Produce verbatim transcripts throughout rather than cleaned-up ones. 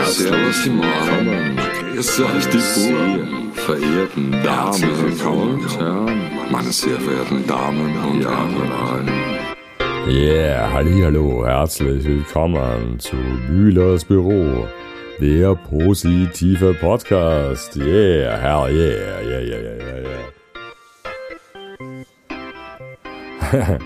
Servus, Morgen, grüß euch die Buben, verehrten Damen und Herren, meine sehr verehrten Damen und Herren. Yeah, hallihallo, herzlich willkommen zu Bühlers Büro, der positive Podcast. Yeah, hell yeah, yeah, yeah, yeah, yeah.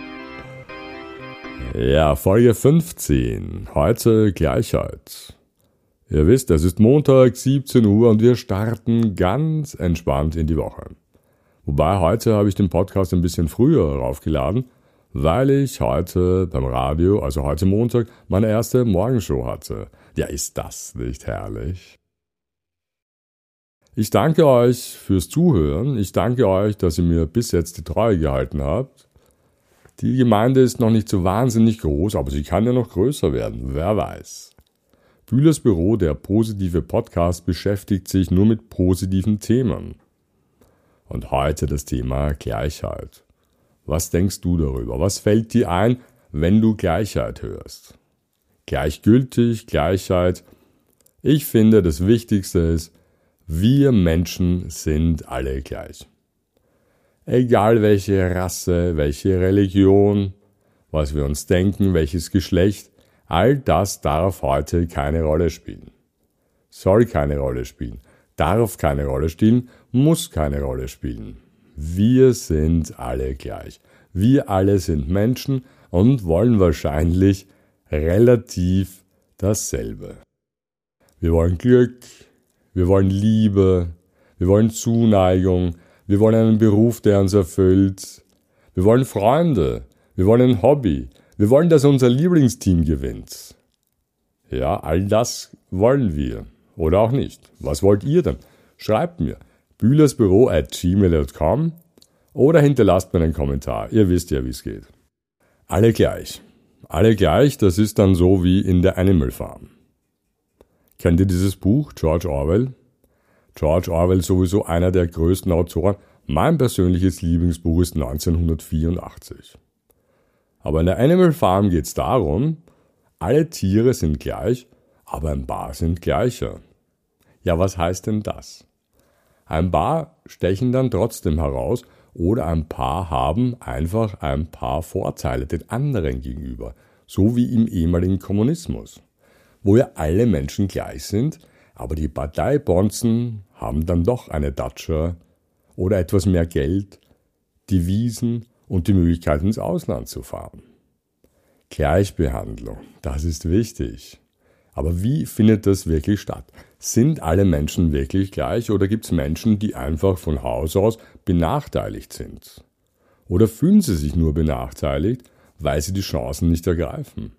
Ja, Folge fünfzehn, heute Gleichheit. Ihr wisst, es ist Montag, siebzehn Uhr und wir starten ganz entspannt in die Woche. Wobei heute habe ich den Podcast ein bisschen früher raufgeladen, weil ich heute beim Radio, also heute Montag, meine erste Morgenshow hatte. Ja, ist das nicht herrlich? Ich danke euch fürs Zuhören. Ich danke euch, dass ihr mir bis jetzt die Treue gehalten habt. Die Gemeinde ist noch nicht so wahnsinnig groß, aber sie kann ja noch größer werden, wer weiß. Bühlers Büro, der positive Podcast, beschäftigt sich nur mit positiven Themen. Und heute das Thema Gleichheit. Was denkst du darüber? Was fällt dir ein, wenn du Gleichheit hörst? Gleichgültig, Gleichheit. Ich finde, das Wichtigste ist, wir Menschen sind alle gleich. Egal welche Rasse, welche Religion, was wir uns denken, welches Geschlecht, all das darf heute keine Rolle spielen. Soll keine Rolle spielen, darf keine Rolle spielen, muss keine Rolle spielen. Wir sind alle gleich. Wir alle sind Menschen und wollen wahrscheinlich relativ dasselbe. Wir wollen Glück, wir wollen Liebe, wir wollen Zuneigung, wir wollen einen Beruf, der uns erfüllt, wir wollen Freunde, wir wollen ein Hobby, wir wollen, dass unser Lieblingsteam gewinnt. Ja, all das wollen wir. Oder auch nicht. Was wollt ihr denn? Schreibt mir bühlersbüro at gmail dot com oder hinterlasst mir einen Kommentar. Ihr wisst ja, wie es geht. Alle gleich. Alle gleich, das ist dann so wie in der Animal Farm. Kennt ihr dieses Buch, George Orwell? George Orwell sowieso einer der größten Autoren. Mein persönliches Lieblingsbuch ist neunzehnhundertvierundachtzig. Aber in der Animal Farm geht es darum, alle Tiere sind gleich, aber ein paar sind gleicher. Ja, was heißt denn das? Ein paar stechen dann trotzdem heraus oder ein paar haben einfach ein paar Vorteile den anderen gegenüber, so wie im ehemaligen Kommunismus, wo ja alle Menschen gleich sind, aber die Parteibonzen haben dann doch eine Datscha oder etwas mehr Geld, Devisen und die Möglichkeit, ins Ausland zu fahren. Gleichbehandlung, das ist wichtig. Aber wie findet das wirklich statt? Sind alle Menschen wirklich gleich oder gibt es Menschen, die einfach von Haus aus benachteiligt sind? Oder fühlen sie sich nur benachteiligt, weil sie die Chancen nicht ergreifen?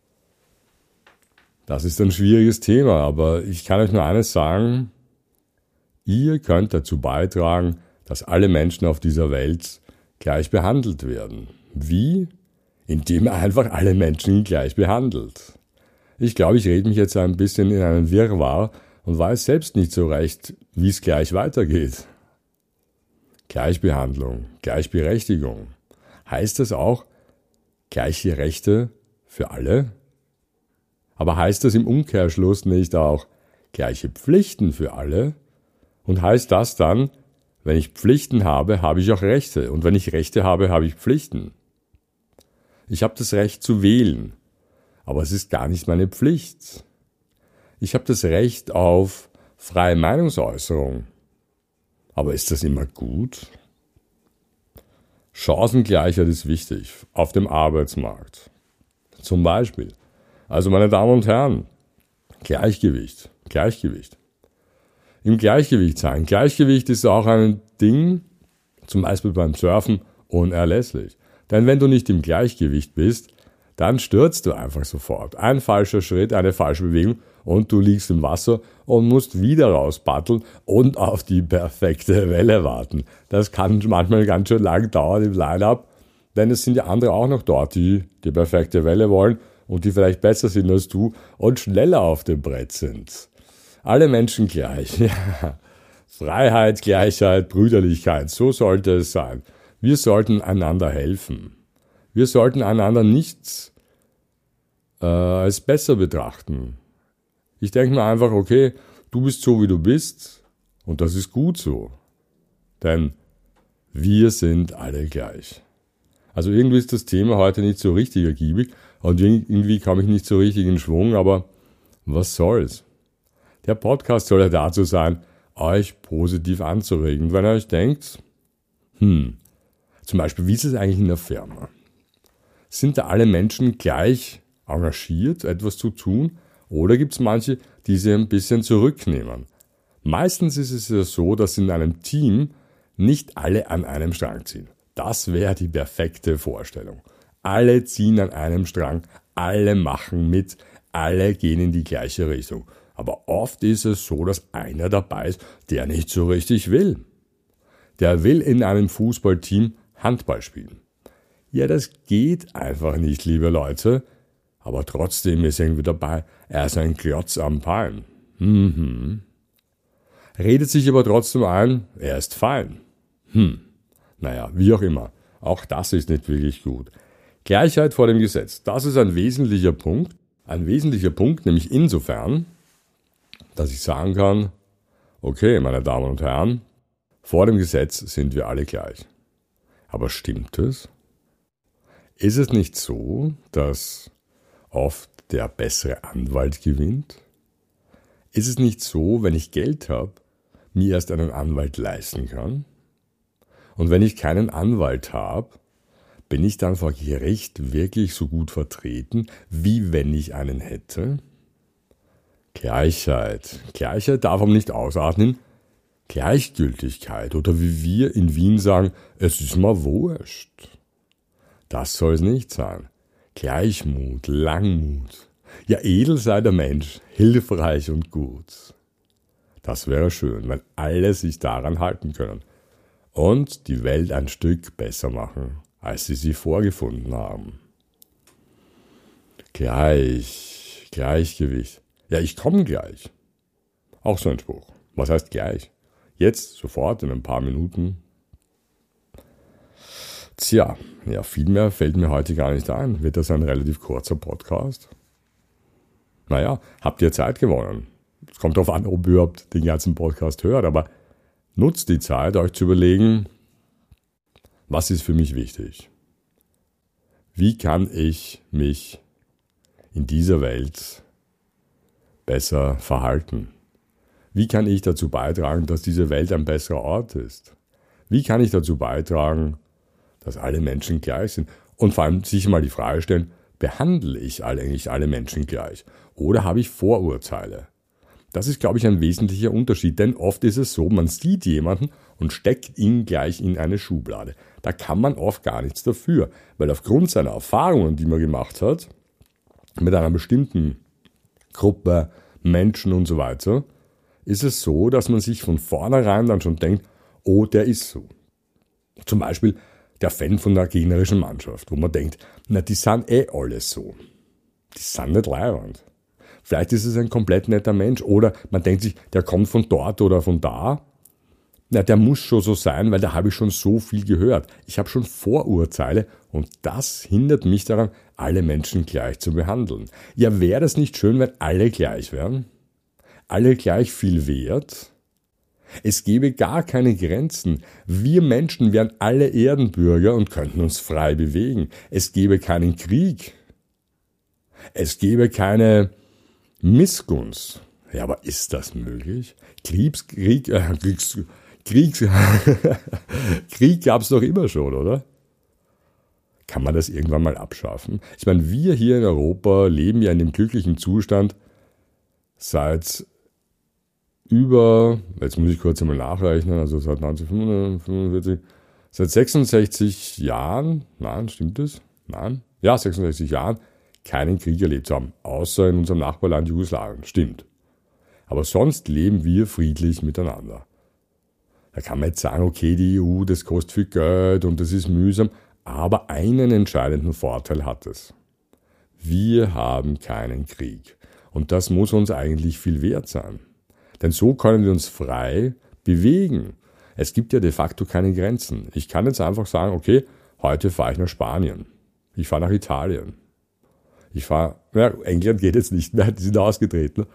Das ist ein schwieriges Thema, aber ich kann euch nur eines sagen, ihr könnt dazu beitragen, dass alle Menschen auf dieser Welt gleich behandelt werden. Wie? Indem er einfach alle Menschen gleich behandelt. Ich glaube, ich rede mich jetzt ein bisschen in einen Wirrwarr und weiß selbst nicht so recht, wie es gleich weitergeht. Gleichbehandlung, Gleichberechtigung. Heißt das auch gleiche Rechte für alle? Aber heißt das im Umkehrschluss nicht auch gleiche Pflichten für alle? Und heißt das dann, wenn ich Pflichten habe, habe ich auch Rechte. Und wenn ich Rechte habe, habe ich Pflichten. Ich habe das Recht zu wählen, aber es ist gar nicht meine Pflicht. Ich habe das Recht auf freie Meinungsäußerung. Aber ist das immer gut? Chancengleichheit ist wichtig auf dem Arbeitsmarkt. Zum Beispiel. Also meine Damen und Herren, Gleichgewicht, Gleichgewicht. Im Gleichgewicht sein. Gleichgewicht ist auch ein Ding, zum Beispiel beim Surfen, unerlässlich. Denn wenn du nicht im Gleichgewicht bist, dann stürzt du einfach sofort. Ein falscher Schritt, eine falsche Bewegung und du liegst im Wasser und musst wieder rauspaddeln und auf die perfekte Welle warten. Das kann manchmal ganz schön lang dauern im Line-Up, denn es sind ja andere auch noch dort, die die perfekte Welle wollen und die vielleicht besser sind als du und schneller auf dem Brett sind. Alle Menschen gleich. Ja. Freiheit, Gleichheit, Brüderlichkeit, so sollte es sein. Wir sollten einander helfen. Wir sollten einander nicht äh, als besser betrachten. Ich denke mir einfach, okay, du bist so, wie du bist und das ist gut so. Denn wir sind alle gleich. Also irgendwie ist das Thema heute nicht so richtig ergiebig und irgendwie komme ich nicht so richtig in Schwung, aber was soll's? Der Podcast soll ja dazu sein, euch positiv anzuregen. Wenn ihr euch denkt, hm, zum Beispiel, wie ist es eigentlich in der Firma? Sind da alle Menschen gleich engagiert, etwas zu tun? Oder gibt es manche, die sich ein bisschen zurücknehmen? Meistens ist es ja so, dass in einem Team nicht alle an einem Strang ziehen. Das wäre die perfekte Vorstellung. Alle ziehen an einem Strang, alle machen mit, alle gehen in die gleiche Richtung. Aber oft ist es so, dass einer dabei ist, der nicht so richtig will. Der will in einem Fußballteam Handball spielen. Ja, das geht einfach nicht, liebe Leute. Aber trotzdem ist er irgendwie dabei. Er ist ein Klotz am Bein. Mhm. Redet sich aber trotzdem ein, er ist fein. Hm. Naja, wie auch immer. Auch das ist nicht wirklich gut. Gleichheit vor dem Gesetz. Das ist ein wesentlicher Punkt. Ein wesentlicher Punkt, nämlich insofern, dass ich sagen kann, okay, meine Damen und Herren, vor dem Gesetz sind wir alle gleich. Aber stimmt es? Ist es nicht so, dass oft der bessere Anwalt gewinnt? Ist es nicht so, wenn ich Geld habe, mir erst einen Anwalt leisten kann? Und wenn ich keinen Anwalt habe, bin ich dann vor Gericht wirklich so gut vertreten, wie wenn ich einen hätte? Gleichheit. Gleichheit darf aber nicht ausatmen. Gleichgültigkeit oder wie wir in Wien sagen, es ist mir wurscht. Das soll es nicht sein. Gleichmut, Langmut. Ja, edel sei der Mensch, hilfreich und gut. Das wäre schön, wenn alle sich daran halten können und die Welt ein Stück besser machen, als sie sie vorgefunden haben. Gleich, Gleichgewicht. Ja, ich komme gleich. Auch so ein Spruch. Was heißt gleich? Jetzt, sofort, in ein paar Minuten. Tja, ja, viel mehr fällt mir heute gar nicht ein. Wird das ein relativ kurzer Podcast? Naja, habt ihr Zeit gewonnen? Es kommt darauf an, ob ihr überhaupt den ganzen Podcast hört, aber nutzt die Zeit, euch zu überlegen, was ist für mich wichtig? Wie kann ich mich in dieser Welt besser verhalten? Wie kann ich dazu beitragen, dass diese Welt ein besserer Ort ist? Wie kann ich dazu beitragen, dass alle Menschen gleich sind? Und vor allem sich mal die Frage stellen, behandle ich eigentlich alle Menschen gleich? Oder habe ich Vorurteile? Das ist, glaube ich, ein wesentlicher Unterschied, denn oft ist es so, man sieht jemanden und steckt ihn gleich in eine Schublade. Da kann man oft gar nichts dafür, weil aufgrund seiner Erfahrungen, die man gemacht hat, mit einer bestimmten Gruppe, Menschen und so weiter, ist es so, dass man sich von vornherein dann schon denkt, oh, der ist so. Zum Beispiel der Fan von der gegnerischen Mannschaft, wo man denkt, na, die sind eh alle so. Die sind nicht leibend. Vielleicht ist es ein komplett netter Mensch oder man denkt sich, der kommt von dort oder von da. Na, der muss schon so sein, weil da habe ich schon so viel gehört. Ich habe schon Vorurteile und das hindert mich daran, alle Menschen gleich zu behandeln. Ja, wäre das nicht schön, wenn alle gleich wären? Alle gleich viel wert? Es gäbe gar keine Grenzen. Wir Menschen wären alle Erdenbürger und könnten uns frei bewegen. Es gäbe keinen Krieg. Es gäbe keine Missgunst. Ja, aber ist das möglich? Kriegs, Krieg, äh, Kriegs, Kriegs, Krieg gab es doch immer schon, oder? Kann man das irgendwann mal abschaffen? Ich meine, wir hier in Europa leben ja in dem glücklichen Zustand seit über, jetzt muss ich kurz einmal nachrechnen, also seit neunzehnhundertfünfundvierzig, seit sechsundsechzig Jahren, nein, stimmt das? Nein? Ja, sechsundsechzig Jahren, keinen Krieg erlebt zu haben, außer in unserem Nachbarland Jugoslawien, stimmt. Aber sonst leben wir friedlich miteinander. Da kann man jetzt sagen, okay, die E U, das kostet viel Geld und das ist mühsam, aber einen entscheidenden Vorteil hat es. Wir haben keinen Krieg. Und das muss uns eigentlich viel wert sein. Denn so können wir uns frei bewegen. Es gibt ja de facto keine Grenzen. Ich kann jetzt einfach sagen, okay, heute fahre ich nach Spanien. Ich fahre nach Italien. Ich fahre, ja, England geht jetzt nicht mehr, die sind ausgetreten.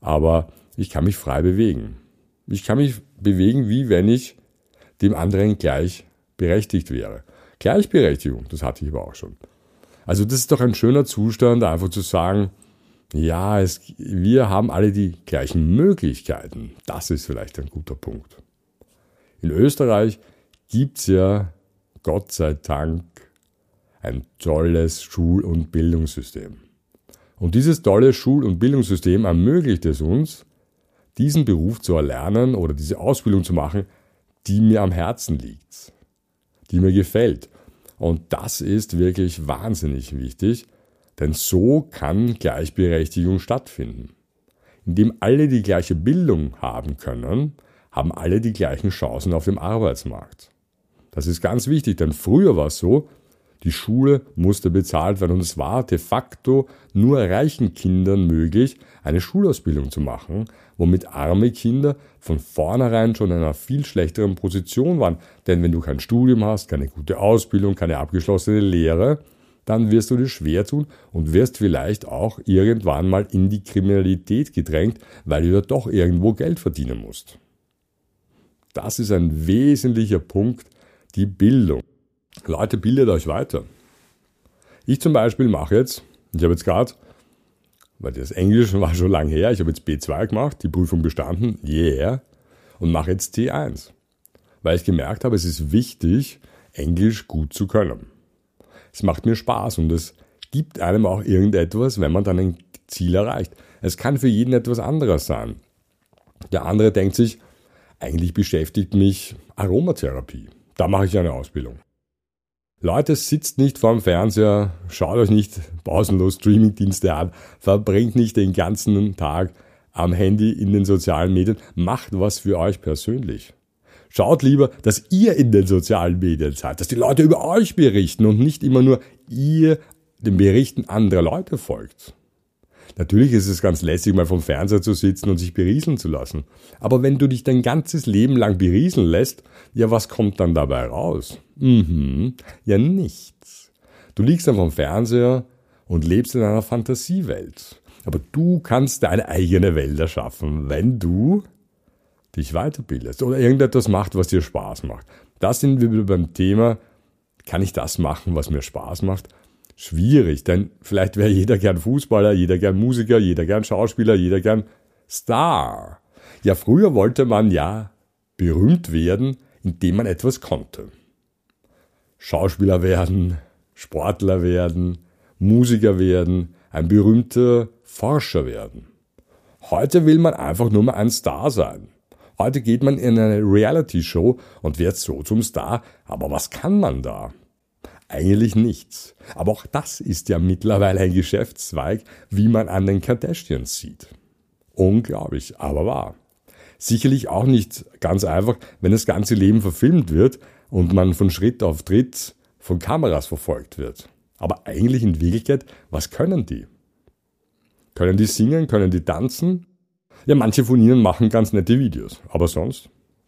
aber ich kann mich frei bewegen. Ich kann mich bewegen, wie wenn ich dem anderen gleichberechtigt wäre. Gleichberechtigung, das hatte ich aber auch schon. Also das ist doch ein schöner Zustand, einfach zu sagen, ja, es, wir haben alle die gleichen Möglichkeiten. Das ist vielleicht ein guter Punkt. In Österreich gibt's ja, Gott sei Dank, ein tolles Schul- und Bildungssystem. Und dieses tolle Schul- und Bildungssystem ermöglicht es uns, diesen Beruf zu erlernen oder diese Ausbildung zu machen, die mir am Herzen liegt, die mir gefällt. Und das ist wirklich wahnsinnig wichtig, denn so kann Gleichberechtigung stattfinden. Indem alle die gleiche Bildung haben können, haben alle die gleichen Chancen auf dem Arbeitsmarkt. Das ist ganz wichtig, denn früher war es so, die Schule musste bezahlt werden und es war de facto nur reichen Kindern möglich, eine Schulausbildung zu machen, womit arme Kinder von vornherein schon in einer viel schlechteren Position waren. Denn wenn du kein Studium hast, keine gute Ausbildung, keine abgeschlossene Lehre, dann wirst du dir schwer tun und wirst vielleicht auch irgendwann mal in die Kriminalität gedrängt, weil du ja doch irgendwo Geld verdienen musst. Das ist ein wesentlicher Punkt, die Bildung. Leute, bildet euch weiter. Ich zum Beispiel mache jetzt, ich habe jetzt gerade, weil das Englisch war schon lange her, ich habe jetzt B zwei gemacht, die Prüfung bestanden, yeah, und mache jetzt T eins. Weil ich gemerkt habe, es ist wichtig, Englisch gut zu können. Es macht mir Spaß und es gibt einem auch irgendetwas, wenn man dann ein Ziel erreicht. Es kann für jeden etwas anderes sein. Der andere denkt sich, eigentlich beschäftigt mich Aromatherapie. Da mache ich eine Ausbildung. Leute, sitzt nicht vorm Fernseher, schaut euch nicht pausenlos Streamingdienste an, verbringt nicht den ganzen Tag am Handy in den sozialen Medien, macht was für euch persönlich. Schaut lieber, dass ihr in den sozialen Medien seid, dass die Leute über euch berichten und nicht immer nur ihr den Berichten anderer Leute folgt. Natürlich ist es ganz lässig, mal vom Fernseher zu sitzen und sich berieseln zu lassen. Aber wenn du dich dein ganzes Leben lang berieseln lässt, ja, was kommt dann dabei raus? Mhm, ja nichts. Du liegst dann vom Fernseher und lebst in einer Fantasiewelt. Aber du kannst deine eigene Welt erschaffen, wenn du dich weiterbildest oder irgendetwas macht, was dir Spaß macht. Das sind wir wieder beim Thema, kann ich das machen, was mir Spaß macht? Schwierig, denn vielleicht wäre jeder gern Fußballer, jeder gern Musiker, jeder gern Schauspieler, jeder gern Star. Ja, früher wollte man ja berühmt werden, indem man etwas konnte. Schauspieler werden, Sportler werden, Musiker werden, ein berühmter Forscher werden. Heute will man einfach nur mal ein Star sein. Heute geht man in eine Reality-Show und wird so zum Star. Aber was kann man da? Eigentlich nichts. Aber auch das ist ja mittlerweile ein Geschäftszweig, wie man an den Kardashians sieht. Unglaublich, aber wahr. Sicherlich auch nicht ganz einfach, wenn das ganze Leben verfilmt wird und man von Schritt auf Tritt von Kameras verfolgt wird. Aber eigentlich in Wirklichkeit, was können die? Können die singen? Können die tanzen? Ja, manche von ihnen machen ganz nette Videos. Aber sonst?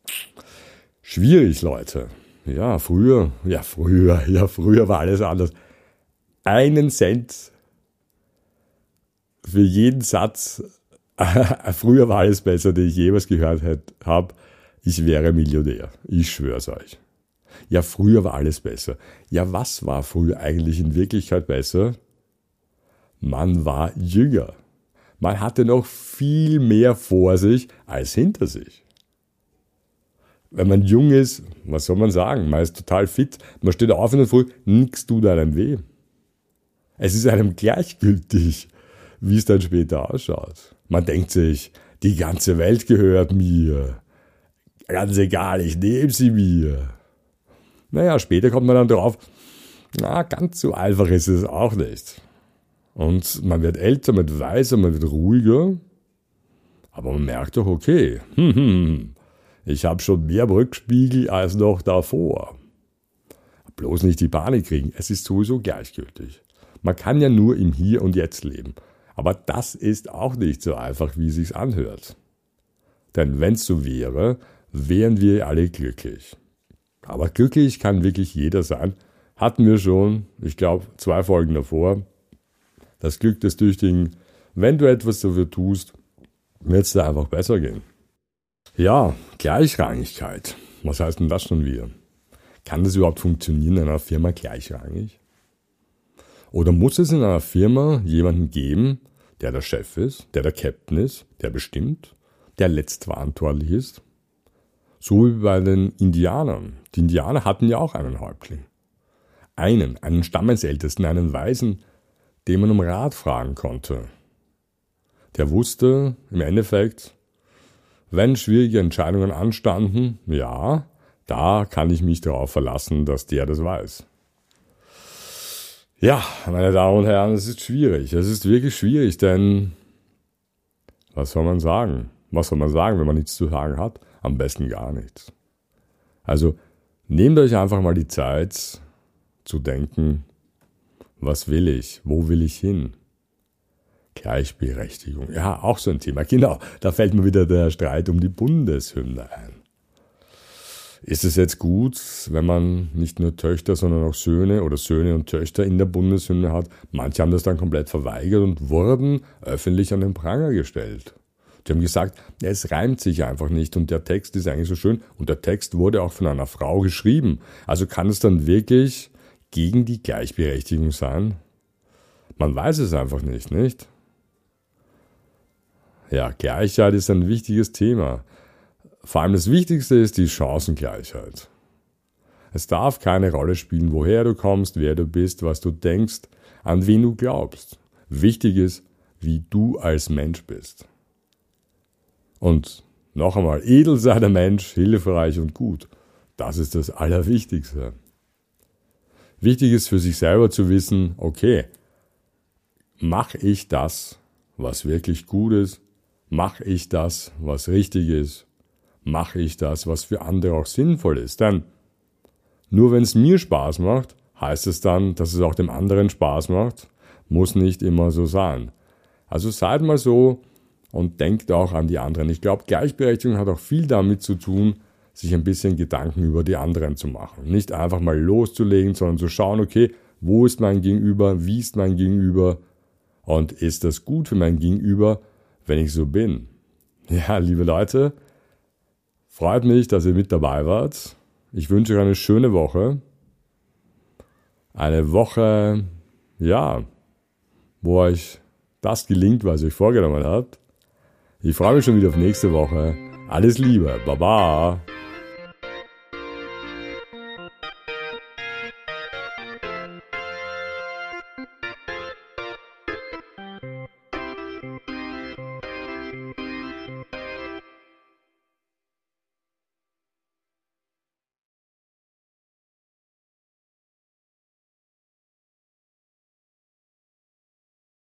Schwierig, Leute. Ja, früher, ja, früher, ja, früher war alles anders. Einen Cent für jeden Satz, früher war alles besser, den ich jemals gehört habe. Ich wäre Millionär. Ich schwör's euch. Ja, früher war alles besser. Ja, was war früher eigentlich in Wirklichkeit besser? Man war jünger. Man hatte noch viel mehr vor sich als hinter sich. Wenn man jung ist, was soll man sagen? Man ist total fit. Man steht auf in der Früh, nix tut einem weh. Es ist einem gleichgültig, wie es dann später ausschaut. Man denkt sich, die ganze Welt gehört mir. Ganz egal, ich nehme sie mir. Naja, später kommt man dann drauf, na, ganz so einfach ist es auch nicht. Und man wird älter, man wird weiser, man wird ruhiger. Aber man merkt doch, okay, hm, hm, ich habe schon mehr Rückspiegel als noch davor. Bloß nicht die Panik kriegen, es ist sowieso gleichgültig. Man kann ja nur im Hier und Jetzt leben. Aber das ist auch nicht so einfach, wie es sich anhört. Denn wenn es so wäre, wären wir alle glücklich. Aber glücklich kann wirklich jeder sein. Hatten wir schon, ich glaube, zwei Folgen davor. Das Glück des Tüchtigen, wenn du etwas dafür tust, wird es da einfach besser gehen. Ja, Gleichrangigkeit. Was heißt denn das schon wieder? Kann das überhaupt funktionieren in einer Firma gleichrangig? Oder muss es in einer Firma jemanden geben, der der Chef ist, der der Captain ist, der bestimmt, der letztverantwortlich ist? So wie bei den Indianern. Die Indianer hatten ja auch einen Häuptling. Einen, einen Stammesältesten, einen Weisen, den man um Rat fragen konnte. Der wusste im Endeffekt, wenn schwierige Entscheidungen anstanden, ja, da kann ich mich darauf verlassen, dass der das weiß. Ja, meine Damen und Herren, es ist schwierig. Es ist wirklich schwierig, denn was soll man sagen? Was soll man sagen, wenn man nichts zu sagen hat? Am besten gar nichts. Also nehmt euch einfach mal die Zeit zu denken, was will ich? Wo will ich hin? Gleichberechtigung, ja, auch so ein Thema. Genau, da fällt mir wieder der Streit um die Bundeshymne ein. Ist es jetzt gut, wenn man nicht nur Töchter, sondern auch Söhne oder Söhne und Töchter in der Bundeshymne hat? Manche haben das dann komplett verweigert und wurden öffentlich an den Pranger gestellt. Die haben gesagt, es reimt sich einfach nicht und der Text ist eigentlich so schön und der Text wurde auch von einer Frau geschrieben. Also kann es dann wirklich gegen die Gleichberechtigung sein? Man weiß es einfach nicht, nicht? Ja, Gleichheit ist ein wichtiges Thema. Vor allem das Wichtigste ist die Chancengleichheit. Es darf keine Rolle spielen, woher du kommst, wer du bist, was du denkst, an wen du glaubst. Wichtig ist, wie du als Mensch bist. Und noch einmal, edel sei der Mensch, hilfreich und gut. Das ist das Allerwichtigste. Wichtig ist für sich selber zu wissen, okay, mache ich das, was wirklich gut ist? Mache ich das, was richtig ist? Mache ich das, was für andere auch sinnvoll ist? Denn nur wenn es mir Spaß macht, heißt es dann, dass es auch dem anderen Spaß macht? Muss nicht immer so sein. Also seid mal so und denkt auch an die anderen. Ich glaube, Gleichberechtigung hat auch viel damit zu tun, sich ein bisschen Gedanken über die anderen zu machen. Nicht einfach mal loszulegen, sondern zu schauen, okay, wo ist mein Gegenüber, wie ist mein Gegenüber und ist das gut für mein Gegenüber, wenn ich so bin? Ja, liebe Leute, freut mich, dass ihr mit dabei wart. Ich wünsche euch eine schöne Woche. Eine Woche, ja, wo euch das gelingt, was ihr euch vorgenommen habt. Ich freue mich schon wieder auf nächste Woche. Alles Liebe, Baba.